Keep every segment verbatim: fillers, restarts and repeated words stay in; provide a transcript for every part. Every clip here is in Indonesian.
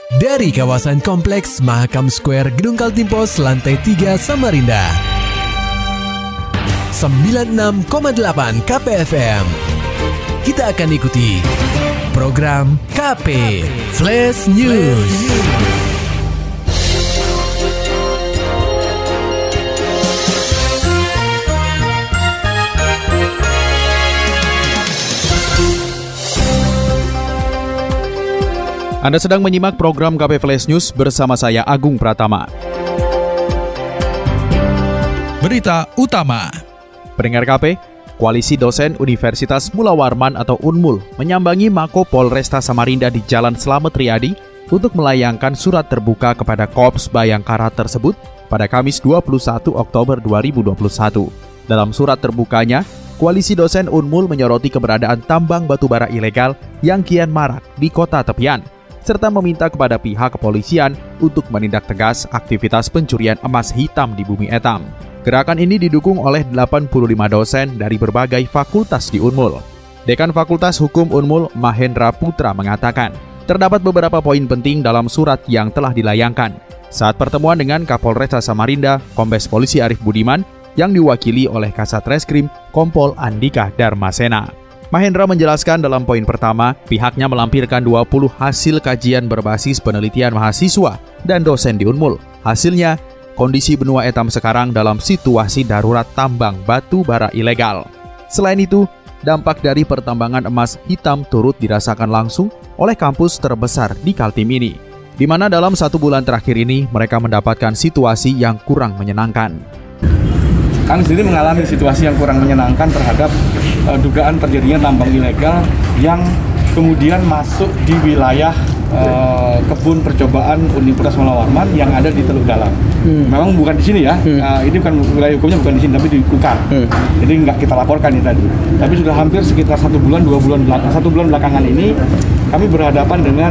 Dari kawasan Kompleks Mahakam Square Gedung Kaltimpos lantai tiga Samarinda. sembilan puluh enam koma delapan K P F M. Kita akan ikuti program K P Flash News. Anda sedang menyimak program K P Flash News bersama saya Agung Pratama. Berita utama. Pendengar K P, Koalisi Dosen Universitas Mula Warman atau Unmul menyambangi Mako Polresta Samarinda di Jalan Slamet Riyadi untuk melayangkan surat terbuka kepada Korps Bayangkara tersebut pada Kamis dua puluh satu Oktober dua ribu dua puluh satu. Dalam surat terbukanya, Koalisi Dosen Unmul menyoroti keberadaan tambang batubara ilegal yang kian marak di kota tepian, serta meminta kepada pihak kepolisian untuk menindak tegas aktivitas pencurian emas hitam di bumi etam. Gerakan ini didukung oleh delapan puluh lima dosen dari berbagai fakultas di Unmul. Dekan Fakultas Hukum Unmul, Mahendra Putra, mengatakan, terdapat beberapa poin penting dalam surat yang telah dilayangkan. Saat pertemuan dengan Kapolresta Samarinda, Kombes Polisi Arief Budiman, yang diwakili oleh Kasat Reskrim Kompol Andika Darmasena. Mahendra menjelaskan dalam poin pertama, pihaknya melampirkan dua puluh hasil kajian berbasis penelitian mahasiswa dan dosen di Unmul. Hasilnya, kondisi benua etam sekarang dalam situasi darurat tambang batu bara ilegal. Selain itu, dampak dari pertambangan emas hitam turut dirasakan langsung oleh kampus terbesar di Kaltim ini, di mana dalam satu bulan terakhir ini mereka mendapatkan situasi yang kurang menyenangkan. Kami sendiri mengalami situasi yang kurang menyenangkan terhadap uh, dugaan terjadinya tambang ilegal yang kemudian masuk di wilayah uh, kebun percobaan Universitas Mula Warman yang ada di Teluk Dalam. Hmm. Memang bukan di sini ya, hmm. uh, ini bukan wilayah hukumnya bukan di sini tapi di Kukar. Hmm. Jadi nggak kita laporkan ini tadi. Tapi sudah hampir sekitar satu bulan, dua bulan belakang, satu bulan belakangan ini kami berhadapan dengan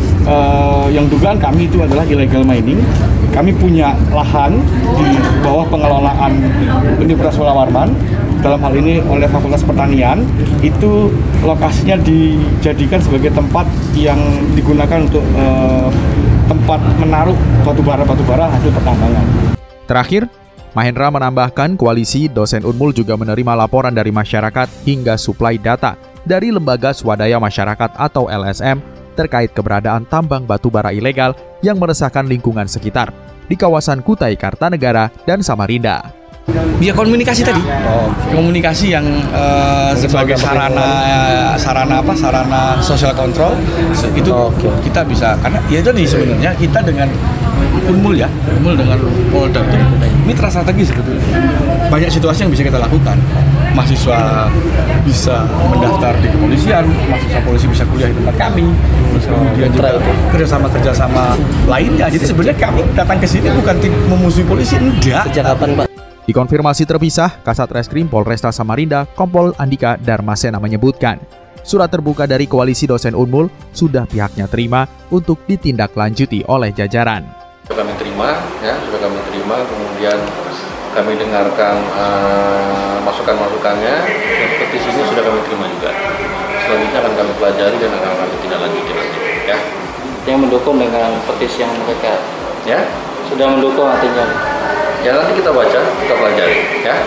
uh, yang dugaan kami itu adalah illegal mining. Kami punya lahan di bawah pengelolaan Universitas Mula Warman, dalam hal ini oleh Fakultas Pertanian, itu lokasinya dijadikan sebagai tempat yang digunakan untuk eh, tempat menaruh batubara-batubara hasil pertambangan. Terakhir, Mahendra menambahkan Koalisi Dosen Unmul juga menerima laporan dari masyarakat hingga suplai data dari Lembaga Swadaya Masyarakat atau L S M terkait keberadaan tambang batubara ilegal yang meresahkan lingkungan sekitar di kawasan Kutai Kartanegara dan Samarinda. Ya komunikasi tadi, oh. komunikasi yang uh, sebagai sarana sarana apa sarana social control itu oh, okay. Kita bisa, karena ya tadi sebenarnya kita dengan Unmul ya, Unmul dengan Polda itu mitra strategis sebetulnya. Banyak situasi yang bisa kita lakukan. Mahasiswa bisa mendaftar di kepolisian, mahasiswa polisi bisa kuliah di tempat kami, terus kemudian juga kerjasama-kerjasama lainnya. Jadi sebenarnya kami datang ke sini bukan memusuhi polisi, enggak. Sejak kapan, Pak? Di konfirmasi terpisah, Kasat Reskrim Polresta Samarinda, Kompol Andika Darmasena menyebutkan, surat terbuka dari Koalisi Dosen Unmul sudah pihaknya terima untuk ditindaklanjuti oleh jajaran. Kami terima, ya, sudah kami terima, kemudian kami dengarkan uh, masukan-masukannya, dan petisi ini sudah kami terima juga. Selanjutnya akan kami pelajari dan akan kami tindak lanjuti nanti, ya. Yang mendukung dengan petisi yang mereka, ya, sudah mendukung artinya. Ya nanti kita baca, kita pelajari, ya.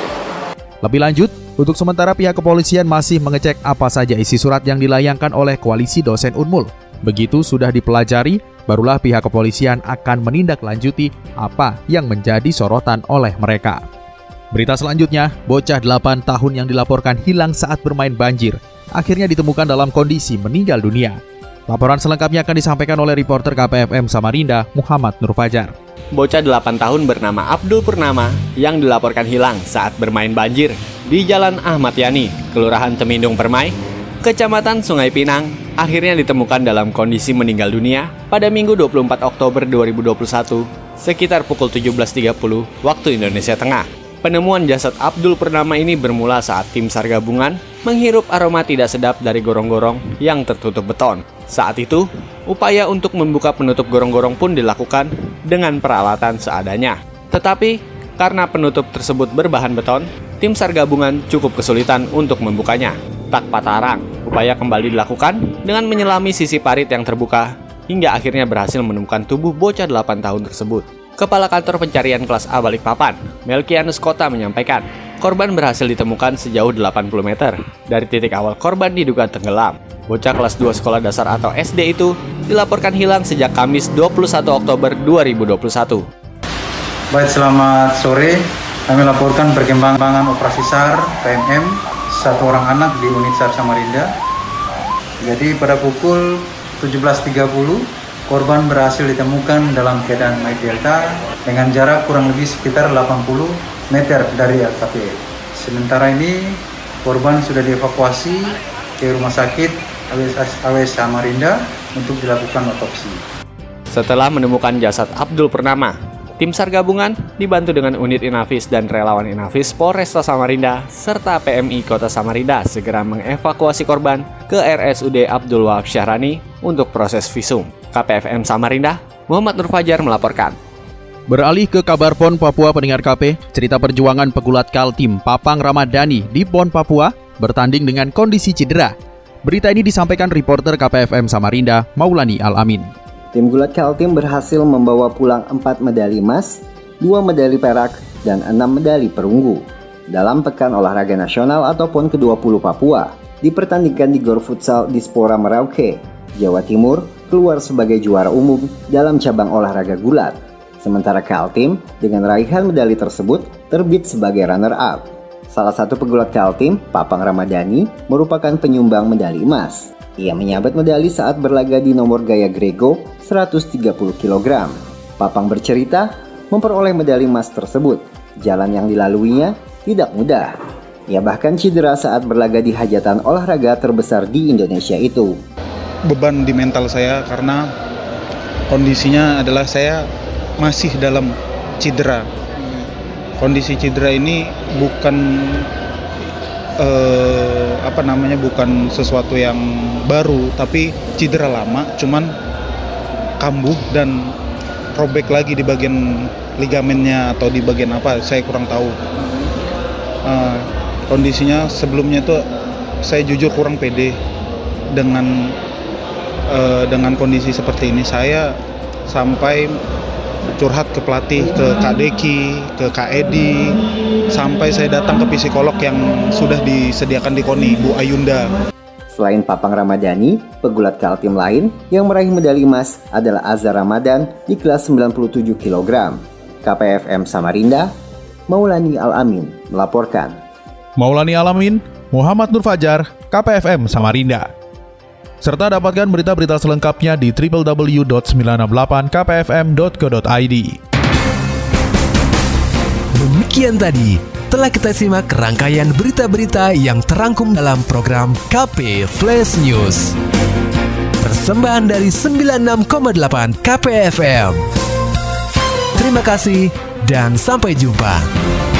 Lebih lanjut, untuk sementara pihak kepolisian masih mengecek apa saja isi surat yang dilayangkan oleh Koalisi Dosen Unmul. Begitu sudah dipelajari, barulah pihak kepolisian akan menindaklanjuti apa yang menjadi sorotan oleh mereka. Berita selanjutnya, bocah delapan tahun yang dilaporkan hilang saat bermain banjir akhirnya ditemukan dalam kondisi meninggal dunia. Laporan selengkapnya akan disampaikan oleh reporter K P F M Samarinda, Muhammad Nur Fajar. Bocah delapan tahun bernama Abdul Purnama yang dilaporkan hilang saat bermain banjir di Jalan Ahmad Yani, Kelurahan Temindung Permai, Kecamatan Sungai Pinang, akhirnya ditemukan dalam kondisi meninggal dunia pada Minggu dua puluh empat Oktober dua ribu dua puluh satu sekitar pukul tujuh belas tiga puluh waktu Indonesia Tengah. Penemuan jasad Abdul Purnama ini bermula saat tim SAR gabungan menghirup aroma tidak sedap dari gorong-gorong yang tertutup beton. Saat itu, upaya untuk membuka penutup gorong-gorong pun dilakukan dengan peralatan seadanya. Tetapi, karena penutup tersebut berbahan beton, tim SAR gabungan cukup kesulitan untuk membukanya. Tak patarang, upaya kembali dilakukan dengan menyelami sisi parit yang terbuka hingga akhirnya berhasil menemukan tubuh bocah delapan tahun tersebut. Kepala Kantor Pencarian Kelas A Balikpapan, Melkianus Kota menyampaikan, korban berhasil ditemukan sejauh delapan puluh meter dari titik awal korban diduga tenggelam. Bocah kelas dua sekolah dasar atau S D itu dilaporkan hilang sejak Kamis dua puluh satu Oktober dua ribu dua puluh satu. Baik, selamat sore. Kami laporkan perkembangan operasi SAR P M M satu orang anak di unit SAR Samarinda. Jadi pada pukul tujuh belas tiga puluh korban berhasil ditemukan dalam keadaan naik delta dengan jarak kurang lebih sekitar delapan puluh meter dari L K P. Sementara ini korban sudah dievakuasi ke rumah sakit A W S Samarinda untuk dilakukan otopsi. Setelah menemukan jasad Abdul Purnama, tim SAR gabungan dibantu dengan unit Inafis dan relawan Inafis Polresta Samarinda serta P M I Kota Samarinda segera mengevakuasi korban ke R S U D Abdul Wahab Syahrani untuk proses visum. K P F M Samarinda, Muhammad Nur Fajar melaporkan. Beralih ke kabar P O N Papua pendengar K P, cerita perjuangan pegulat Kaltim Papang Ramadhani di P O N Papua bertanding dengan kondisi cedera. Berita ini disampaikan reporter K P F M Samarinda, Maulani Al-Amin. Tim gulat Kaltim berhasil membawa pulang empat medali emas, dua medali perak, dan enam medali perunggu dalam Pekan Olahraga Nasional atau P O N kedua puluh Papua dipertandingkan di Gor Futsal Dispora Merauke, Jawa Timur, keluar sebagai juara umum dalam cabang olahraga gulat. Sementara Kaltim dengan raihan medali tersebut terbit sebagai runner-up. Salah satu pegulat Kaltim, Papang Ramadhani, merupakan penyumbang medali emas. Ia menyabet medali saat berlaga di nomor gaya Grego seratus tiga puluh kilogram. Papang bercerita, memperoleh medali emas tersebut, jalan yang dilaluinya tidak mudah. Ia bahkan cedera saat berlaga di hajatan olahraga terbesar di Indonesia itu. Beban di mental saya karena kondisinya adalah saya masih dalam cedera. Kondisi cedera ini bukan eh, apa namanya bukan sesuatu yang baru, tapi cedera lama, cuman kambuh dan robek lagi di bagian ligamennya atau di bagian apa, saya kurang tahu. Uh, kondisinya sebelumnya itu saya jujur kurang pede dengan uh, dengan kondisi seperti ini. Saya sampai curhat ke pelatih, ke Kak Deki, ke Kak Edi, sampai saya datang ke psikolog yang sudah disediakan di KONI, Bu Ayunda. Selain Papang Ramadhani, pegulat Kaltim lain yang meraih medali emas adalah Azhar Ramadan di kelas sembilan puluh tujuh kilogram. K P F M Samarinda, Maulani Al-Amin melaporkan. Maulani Al-Amin, Muhammad Nur Fajar, K P F M Samarinda. Serta dapatkan berita-berita selengkapnya di w w w dot sembilan enam delapan k p f m dot co dot i d. Demikian tadi telah kita simak rangkaian berita-berita yang terangkum dalam program K P Flash News. Persembahan dari sembilan puluh enam koma delapan K P F M. Terima kasih dan sampai jumpa.